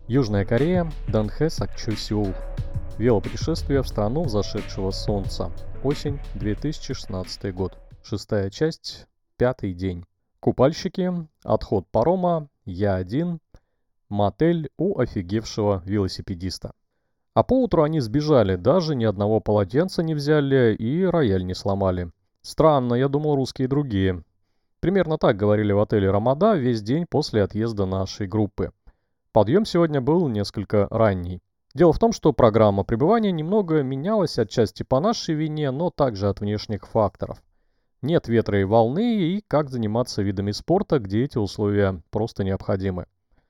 Южная Корея, Данхэ, Сокчу, Сеул. Велопутешествие в страну взошедшего солнца. Осень, 2016 год. Шестая часть, пятый день. Купальщики, отход парома, я один, мотель у офигевшего велосипедиста. А поутру они сбежали, даже ни одного полотенца не взяли и рояль не сломали. Странно, я думал, русские другие. Примерно так говорили в отеле «Рамада» весь день после отъезда нашей группы. Подъем сегодня был несколько ранний. Дело в том, что программа пребывания немного менялась отчасти по нашей вине, но также от внешних факторов. Нет ветра и волны, и как заниматься видами спорта, где эти условия просто необходимы.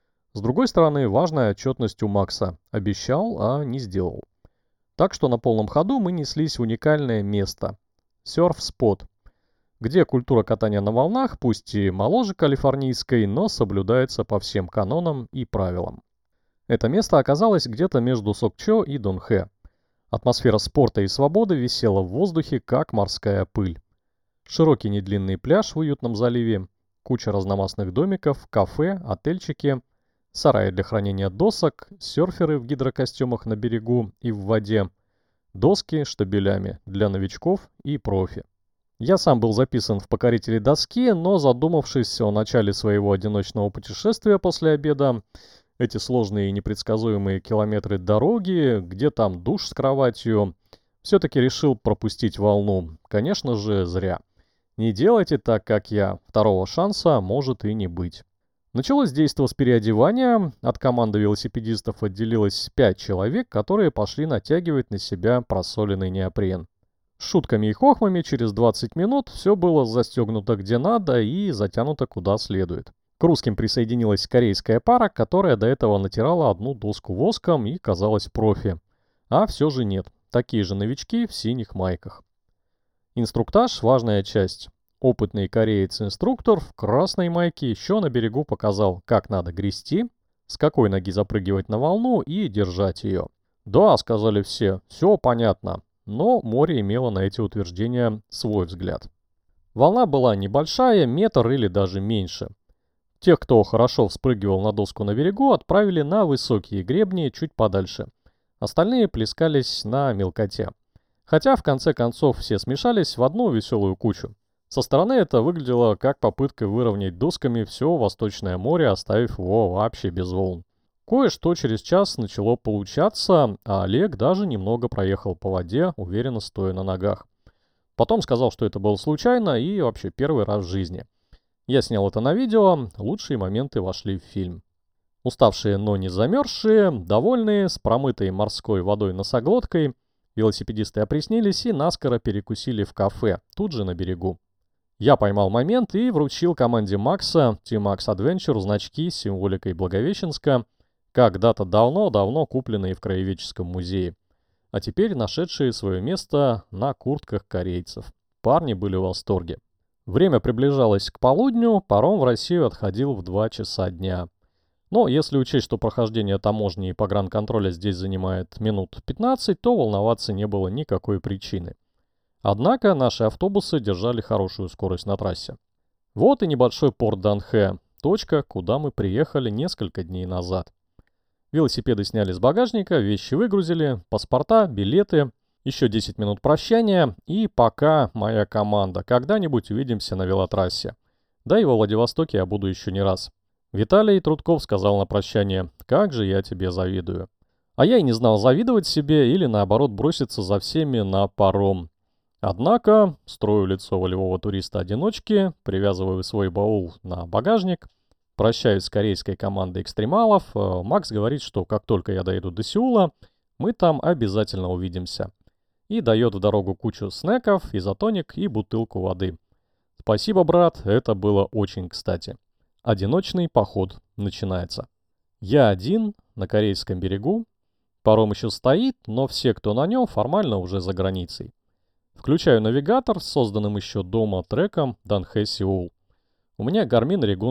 С другой стороны, важная отчетность у Макса. Обещал, а не сделал. Так что на полном ходу мы неслись в уникальное место. Серф-спот, где культура катания на волнах, пусть и моложе калифорнийской, но соблюдается по всем канонам и правилам. Это место оказалось где-то между Сокчо и Донхэ. Атмосфера спорта и свободы висела в воздухе, как морская пыль. Широкий недлинный пляж в уютном заливе, куча разномастных домиков, кафе, отельчики, сараи для хранения досок, серферы в гидрокостюмах на берегу и в воде, доски штабелями для новичков и профи. Я сам был записан в покорители доски, но задумавшись о начале своего одиночного путешествия после обеда, эти сложные и непредсказуемые километры дороги, где там душ с кроватью, все-таки решил пропустить волну. Конечно же, зря. Не делайте так, как я. Второго шанса может и не быть. Началось действо с переодевания. От команды велосипедистов отделилось 5 человек, которые пошли натягивать на себя просоленный неопрен. С шутками и хохмами через 20 минут все было застегнуто где надо и затянуто куда следует. К русским присоединилась корейская пара, которая до этого натирала одну доску воском и казалась профи. А все же нет, такие же новички в синих майках. Инструктаж – важная часть. Опытный кореец-инструктор в красной майке еще на берегу показал, как надо грести, с какой ноги запрыгивать на волну и держать ее. «Да», – сказали все понятно, но море имело на эти утверждения свой взгляд. Волна была небольшая, метр или даже меньше. Тех, кто хорошо вспрыгивал на доску на берегу, отправили на высокие гребни чуть подальше. Остальные плескались на мелкоте. Хотя, в конце концов, все смешались в одну веселую кучу. Со стороны это выглядело как попытка выровнять досками все Восточное море, оставив его вообще без волн. Кое-что через час начало получаться, а Олег даже немного проехал по воде, уверенно стоя на ногах. Потом сказал, что это было случайно и вообще первый раз в жизни. Я снял это на видео, лучшие моменты вошли в фильм. Уставшие, но не замерзшие, довольные, с промытой морской водой носоглоткой, велосипедисты опреснились и наскоро перекусили в кафе, тут же на берегу. Я поймал момент и вручил команде Макса, T-Max Adventure, значки с символикой Благовещенска, когда-то давно-давно купленные в краеведческом музее, а теперь нашедшие свое место на куртках корейцев. Парни были в восторге. Время приближалось к полудню, паром в Россию отходил в 2 часа дня. Но если учесть, что прохождение таможни и погранконтроля здесь занимает минут 15, то волноваться не было никакой причины. Однако наши автобусы держали хорошую скорость на трассе. Вот и небольшой порт Данхэ, точка, куда мы приехали несколько дней назад. Велосипеды сняли с багажника, вещи выгрузили, паспорта, билеты. Еще 10 минут прощания, и пока, моя команда, когда-нибудь увидимся на велотрассе. Да и во Владивостоке я буду еще не раз. Виталий Трудков сказал на прощание: «Как же я тебе завидую». А я и не знал, завидовать себе или наоборот броситься за всеми на паром. Однако, строю лицо волевого туриста-одиночки, привязываю свой баул на багажник, прощаюсь с корейской командой экстремалов, Макс говорит, что как только я доеду до Сеула, мы там обязательно увидимся. И дает в дорогу кучу снеков, изотоник и бутылку воды. Спасибо, брат, это было очень кстати. Одиночный поход начинается. Я один на корейском берегу. Паром еще стоит, но все, кто на нем, формально уже за границей. Включаю навигатор с созданным еще дома треком Данхэ-Сеул. У меня Garmin Oregon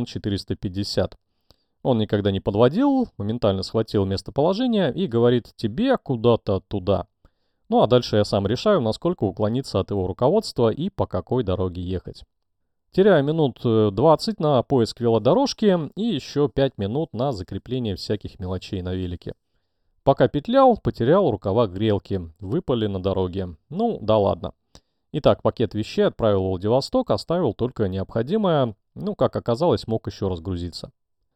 450. Он никогда не подводил, моментально схватил местоположение и говорит: «Тебе куда-то туда». Ну а дальше я сам решаю, насколько уклониться от его руководства и по какой дороге ехать. Теряю минут 20 на поиск велодорожки и еще 5 минут на закрепление всяких мелочей на велике. Пока петлял, потерял рукава грелки, выпали на дороге. Ну, да ладно. Итак, пакет вещей отправил в Владивосток, оставил только необходимое, как оказалось, мог еще разгрузиться.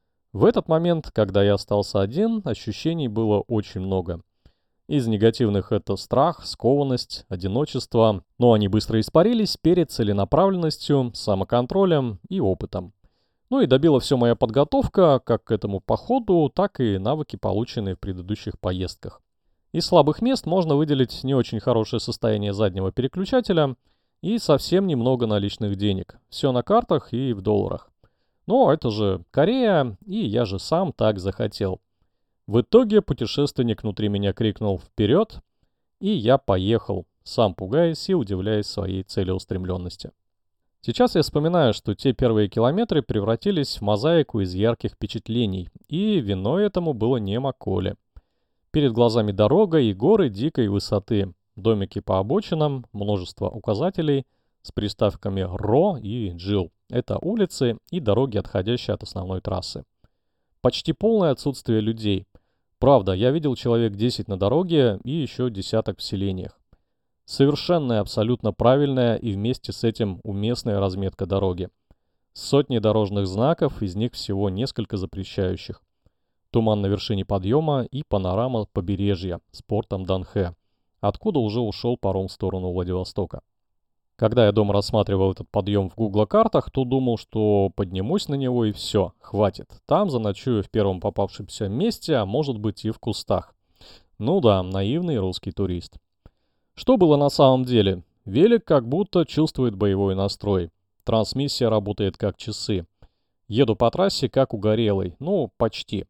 В этот момент, когда я остался один, ощущений было очень много. Из негативных это страх, скованность, одиночество, но они быстро испарились перед целенаправленностью, самоконтролем и опытом. Ну и добила все моя подготовка как к этому походу, так и навыки, полученные в предыдущих поездках. Из слабых мест можно выделить не очень хорошее состояние заднего переключателя и совсем немного наличных денег. Все на картах и в долларах. Но это же Корея, и я же сам так захотел. В итоге путешественник внутри меня крикнул «Вперед!», и я поехал, сам пугаясь и удивляясь своей целеустремленности. Сейчас я вспоминаю, что те первые километры превратились в мозаику из ярких впечатлений, и виной этому было не Маколе. Перед глазами дорога и горы дикой высоты, домики по обочинам, множество указателей с приставками «РО» и «Джил». Это улицы и дороги, отходящие от основной трассы. Почти полное отсутствие людей. Правда, я видел человек 10 на дороге и еще десяток в селениях. Совершенная, абсолютно правильная и вместе с этим уместная разметка дороги. Сотни дорожных знаков, из них всего несколько запрещающих. Туман на вершине подъема и панорама побережья с портом Данхэ, откуда уже ушел паром в сторону Владивостока. Когда я дома рассматривал этот подъем в Google-картах, то думал, что поднимусь на него и все, хватит. Там заночую в первом попавшемся месте, а может быть и в кустах. Ну да, наивный русский турист. Что было на самом деле? Велик как будто чувствует боевой настрой. Трансмиссия работает как часы. Еду по трассе как угорелый, почти.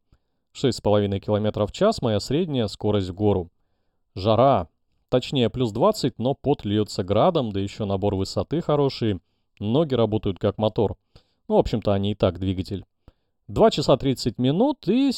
6,5 км в час моя средняя скорость в гору. Жара. Точнее, плюс 20, но пот льется градом, да еще набор высоты хороший. Ноги работают как мотор. В общем-то, они и так двигатель. 2 часа 30 минут и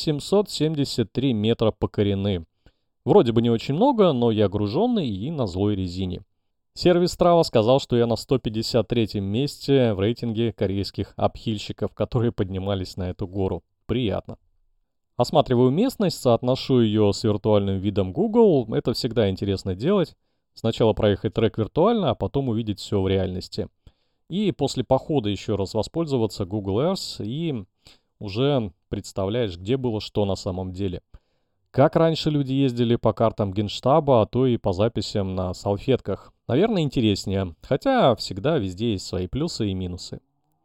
773 метра покорены. Вроде бы не очень много, но я груженный и на злой резине. Сервис Strava сказал, что я на 153-м месте в рейтинге корейских обхильщиков, которые поднимались на эту гору. Приятно. Осматриваю местность, соотношу ее с виртуальным видом Google. Это всегда интересно делать. Сначала проехать трек виртуально, а потом увидеть все в реальности. И после похода еще раз воспользоваться Google Earth и уже представляешь, где было что на самом деле. Как раньше люди ездили по картам Генштаба, а то и по записям на салфетках. Наверное, интереснее, хотя всегда везде есть свои плюсы и минусы.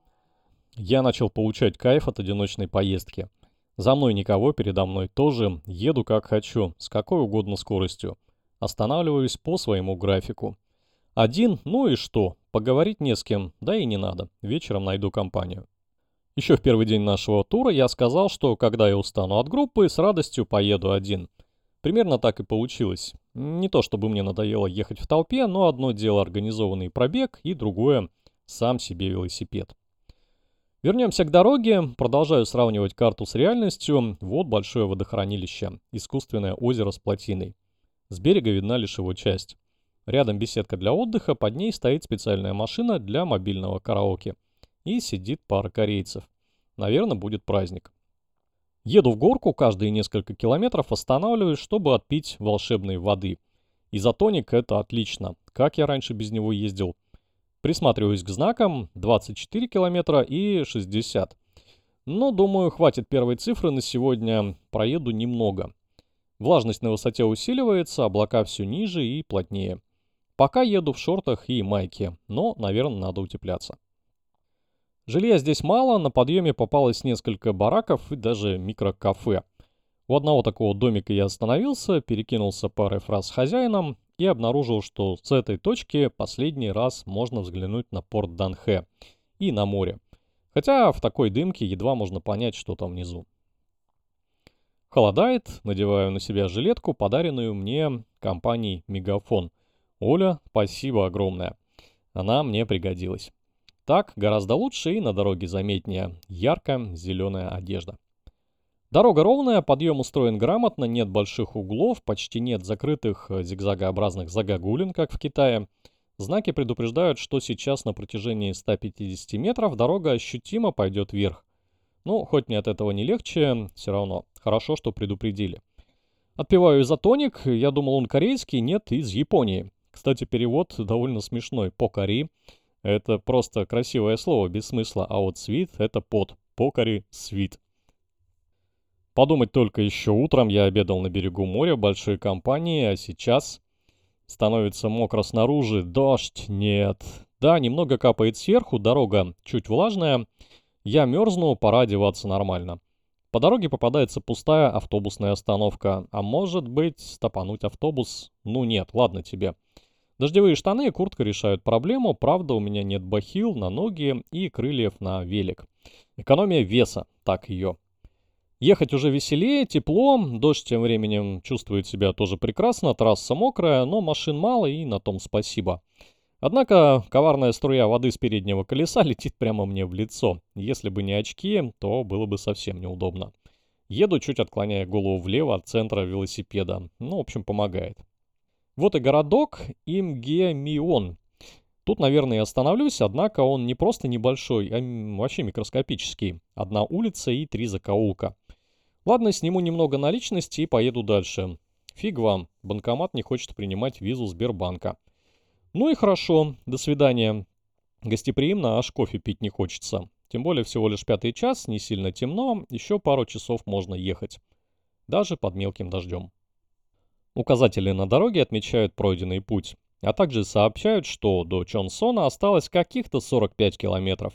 Я начал получать кайф от одиночной поездки. За мной никого, передо мной тоже. Еду как хочу, с какой угодно скоростью. Останавливаюсь по своему графику. Один, и что? Поговорить не с кем, да и не надо. Вечером найду компанию. Еще в первый день нашего тура я сказал, что когда я устану от группы, с радостью поеду один. Примерно так и получилось. Не то чтобы мне надоело ехать в толпе, но одно дело организованный пробег и другое сам себе велосипед. Вернемся к дороге. Продолжаю сравнивать карту с реальностью. Вот большое водохранилище. Искусственное озеро с плотиной. С берега видна лишь его часть. Рядом беседка для отдыха, под ней стоит специальная машина для мобильного караоке. И сидит пара корейцев. Наверное, будет праздник. Еду в горку, каждые несколько километров останавливаюсь, чтобы отпить волшебной воды. Изотоник — это отлично. Как я раньше без него ездил? Присматриваюсь к знакам. 24 километра и 60. Но, думаю, хватит первой цифры на сегодня. Проеду немного. Влажность на высоте усиливается, облака все ниже и плотнее. Пока еду в шортах и майке, но, наверное, надо утепляться. Жилья здесь мало, на подъеме попалось несколько бараков и даже микрокафе. У одного такого домика я остановился, перекинулся парой фраз с хозяином и обнаружил, что с этой точки последний раз можно взглянуть на порт Данхэ и на море. Хотя в такой дымке едва можно понять, что там внизу. Холодает, надеваю на себя жилетку, подаренную мне компанией Мегафон. Оля, спасибо огромное. Она мне пригодилась. Так гораздо лучше и на дороге заметнее. Ярко-зеленая одежда. Дорога ровная, подъем устроен грамотно, нет больших углов, почти нет закрытых зигзагообразных загогулин, как в Китае. Знаки предупреждают, что сейчас на протяжении 150 метров дорога ощутимо пойдет вверх. Ну, хоть мне от этого не легче, все равно. Хорошо, что предупредили. Отпиваю изотоник, я думал он корейский, нет, из Японии. Кстати, перевод довольно смешной. Покари — это просто красивое слово, без смысла, а вот свит — это пот. Покари — свит. Подумать только, еще утром я обедал на берегу моря в большой компании, а сейчас становится мокро снаружи, дождь нет. Да, немного капает сверху, дорога чуть влажная. Я мерзну, пора одеваться нормально. По дороге попадается пустая автобусная остановка. А может быть, стопануть автобус? Ну нет, ладно тебе. Дождевые штаны и куртка решают проблему. Правда, у меня нет бахил на ноги и крыльев на велик. Экономия веса, так ее. Ехать уже веселее, тепло, дождь тем временем чувствует себя тоже прекрасно, трасса мокрая, но машин мало и на том спасибо. Однако коварная струя воды с переднего колеса летит прямо мне в лицо. Если бы не очки, то было бы совсем неудобно. Еду, чуть отклоняя голову влево от центра велосипеда. Ну, в общем, помогает. Вот и городок Имгемион. Тут, наверное, и остановлюсь, однако он не просто небольшой, а вообще микроскопический. Одна улица и 3 закоулка. Ладно, сниму немного наличности и поеду дальше. Фиг вам, банкомат не хочет принимать визу Сбербанка. Ну и хорошо, до свидания. Гостеприимно, аж кофе пить не хочется. Тем более всего лишь 5-й час, не сильно темно, еще пару часов можно ехать. Даже под мелким дождем. Указатели на дороге отмечают пройденный путь, а также сообщают, что до Чонсона осталось каких-то 45 километров.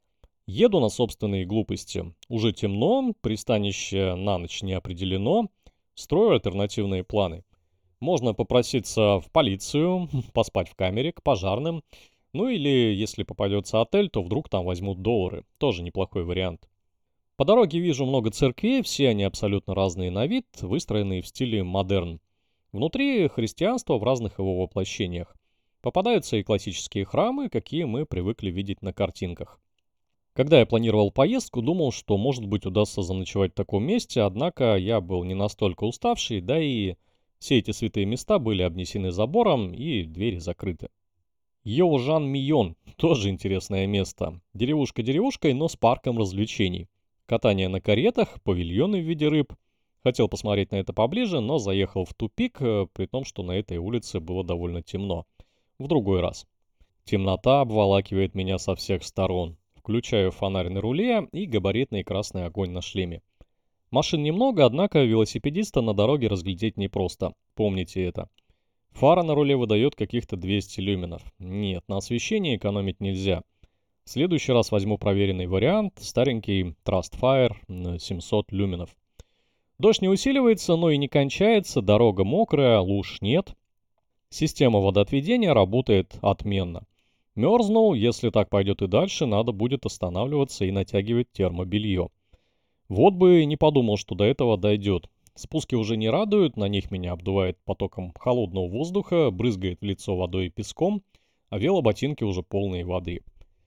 Еду на собственные глупости. Уже темно, пристанище на ночь не определено, строю альтернативные планы. Можно попроситься в полицию, поспать в камере, к пожарным. Ну или, если попадется отель, то вдруг там возьмут доллары. Тоже неплохой вариант. По дороге вижу много церквей, все они абсолютно разные на вид, выстроенные в стиле модерн. Внутри христианство в разных его воплощениях. Попадаются и классические храмы, какие мы привыкли видеть на картинках. Когда я планировал поездку, думал, что, может быть, удастся заночевать в таком месте, однако я был не настолько уставший, да и все эти святые места были обнесены забором и двери закрыты. Йоужан-Мион — тоже интересное место. Деревушка деревушкой, но с парком развлечений. Катание на каретах, павильоны в виде рыб. Хотел посмотреть на это поближе, но заехал в тупик, при том, что на этой улице было довольно темно. В другой раз. Темнота обволакивает меня со всех сторон. Включаю фонарь на руле и габаритный красный огонь на шлеме. Машин немного, однако велосипедиста на дороге разглядеть непросто. Помните это. Фара на руле выдает каких-то 200 люменов. Нет, на освещении экономить нельзя. В следующий раз возьму проверенный вариант, старенький Trustfire 700 люменов. Дождь не усиливается, но и не кончается, дорога мокрая, луж нет. Система водоотведения работает отменно. Мерзну, если так пойдет и дальше, надо будет останавливаться и натягивать термобелье. Вот бы не подумал, что до этого дойдет. Спуски уже не радуют, на них меня обдувает потоком холодного воздуха, брызгает в лицо водой и песком, а велоботинки уже полные воды.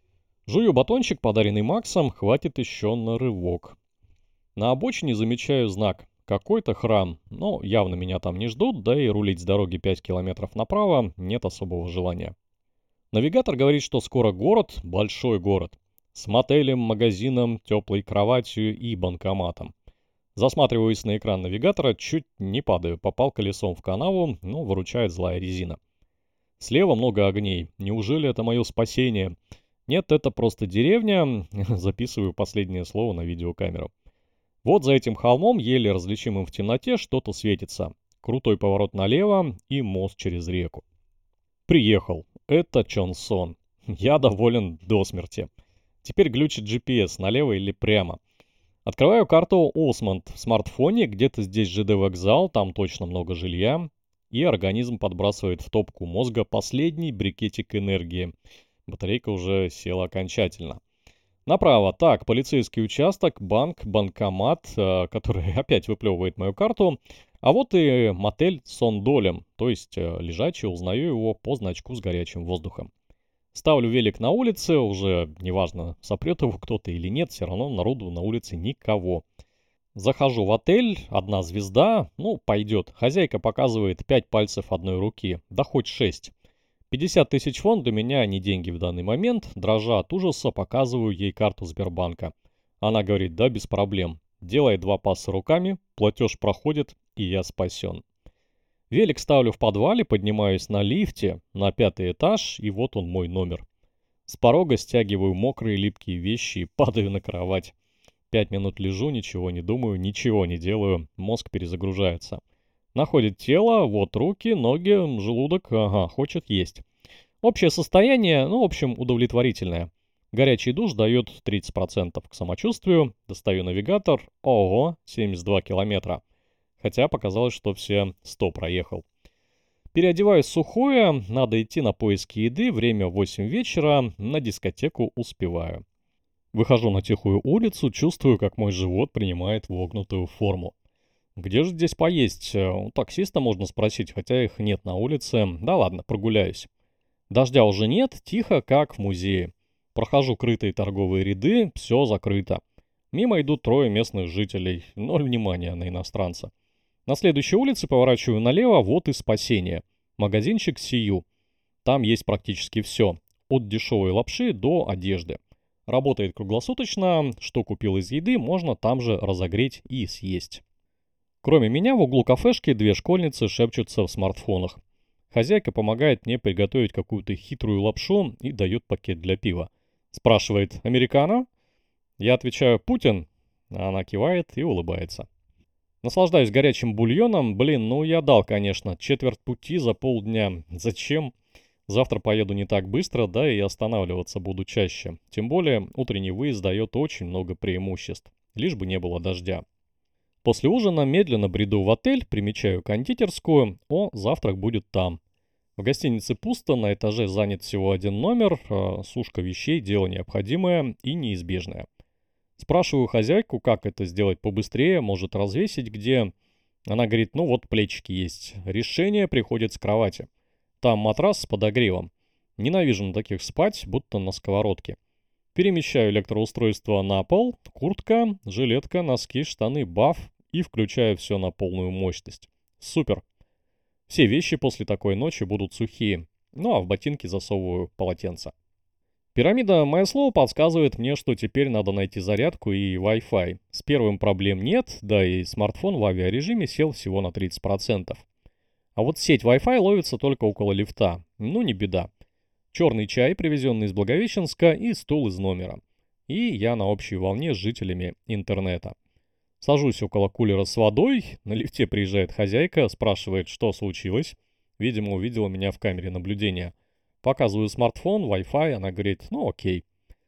Жую батончик, подаренный Максом, хватит еще на рывок. На обочине замечаю знак. Какой-то храм, но явно меня там не ждут, да и рулить с дороги 5 километров направо нет особого желания. Навигатор говорит, что скоро город, большой город, с мотелем, магазином, теплой кроватью и банкоматом. Засматриваюсь на экран навигатора, чуть не падаю, попал колесом в канаву, но выручает злая резина. Слева много огней, неужели это мое спасение? Нет, это просто деревня, записываю последнее слово на видеокамеру. Вот за этим холмом, еле различимым в темноте, что-то светится. Крутой поворот налево и мост через реку. Приехал. Это Чонсон. Я доволен до смерти. Теперь глючит GPS, налево или прямо. Открываю карту Осмонд в смартфоне, где-то здесь ЖД вокзал, там точно много жилья. И организм подбрасывает в топку мозга последний брикетик энергии. Батарейка уже села окончательно. Направо. Так, полицейский участок, банк, банкомат, который опять выплевывает мою карту. А вот и мотель Сондолем, то есть лежачий, узнаю его по значку с горячим воздухом. Ставлю велик на улице, уже неважно, сопрет его кто-то или нет, все равно народу на улице никого. Захожу в отель, 1 звезда, ну, пойдет. Хозяйка показывает 5 пальцев одной руки, да хоть 6. 50 тысяч вон для меня не деньги в данный момент. Дрожа от ужаса, показываю ей карту Сбербанка. Она говорит, да, без проблем. Делай 2 пасса руками, платеж проходит, и я спасен. Велик ставлю в подвале, поднимаюсь на лифте на 5-й этаж, и вот он мой номер. С порога стягиваю мокрые липкие вещи и падаю на кровать. 5 минут лежу, ничего не думаю, ничего не делаю, мозг перезагружается. Находит тело, вот руки, ноги, желудок, ага, хочет есть. Общее состояние, в общем, удовлетворительное. Горячий душ дает 30% к самочувствию, достаю навигатор, ого, 72 километра. Хотя показалось, что все 100 проехал. Переодеваюсь в сухое, надо идти на поиски еды, время 8 вечера, на дискотеку успеваю. Выхожу на тихую улицу, чувствую, как мой живот принимает вогнутую форму. Где же здесь поесть? У таксиста можно спросить, хотя их нет на улице. Да ладно, прогуляюсь. Дождя уже нет, тихо, как в музее. Прохожу крытые торговые ряды, все закрыто. Мимо идут 3 местных жителей, 0 внимания на иностранца. На следующей улице поворачиваю налево, вот и спасение. Магазинчик Сию. Там есть практически все. От дешевой лапши до одежды. Работает круглосуточно, что купил из еды, можно там же разогреть и съесть. Кроме меня в углу кафешки 2 школьницы шепчутся в смартфонах. Хозяйка помогает мне приготовить какую-то хитрую лапшу и дает пакет для пива. Спрашивает «Американо?» Я отвечаю «Путин». Она кивает и улыбается. Наслаждаюсь горячим бульоном. Блин, я дал, конечно, четверть пути за полдня. Зачем? Завтра поеду не так быстро, да и останавливаться буду чаще. Тем более, утренний выезд дает очень много преимуществ. Лишь бы не было дождя. После ужина медленно бреду в отель, примечаю кондитерскую. Завтрак будет там. В гостинице пусто, на этаже занят всего 1 номер. Сушка вещей – дело необходимое и неизбежное. Спрашиваю хозяйку, как это сделать побыстрее, может развесить где. Она говорит, вот плечики есть. Решение приходит с кровати. Там матрас с подогревом. Ненавижу на таких спать, будто на сковородке. Перемещаю электроустройство на пол, куртка, жилетка, носки, штаны, баф и включаю все на полную мощность. Супер. Все вещи после такой ночи будут сухие. А в ботинки засовываю полотенце. Пирамида «Мое слово» подсказывает мне, что теперь надо найти зарядку и Wi-Fi. С первым проблем нет, да и смартфон в авиарежиме сел всего на 30%. А вот сеть Wi-Fi ловится только около лифта. Не беда. Черный чай, привезенный из Благовещенска, и стул из номера. И я на общей волне с жителями интернета. Сажусь около кулера с водой, на лифте приезжает хозяйка, спрашивает, что случилось. Видимо, увидела меня в камере наблюдения. Показываю смартфон, Wi-Fi, она говорит, окей.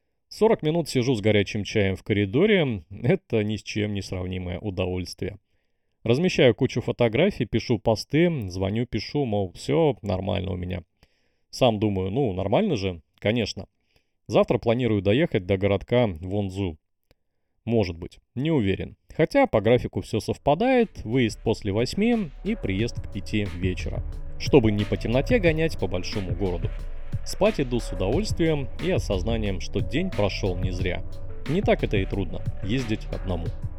40 минут сижу с горячим чаем в коридоре, это ни с чем не сравнимое удовольствие. Размещаю кучу фотографий, пишу посты, звоню, пишу, мол, все нормально у меня. Сам думаю, нормально же, конечно. Завтра планирую доехать до городка Вонзу. Может быть, не уверен. Хотя по графику все совпадает, выезд после 8 и приезд к 5 вечера. Чтобы не по темноте гонять по большому городу. Спать иду с удовольствием и осознанием, что день прошел не зря. Не так это и трудно ездить одному.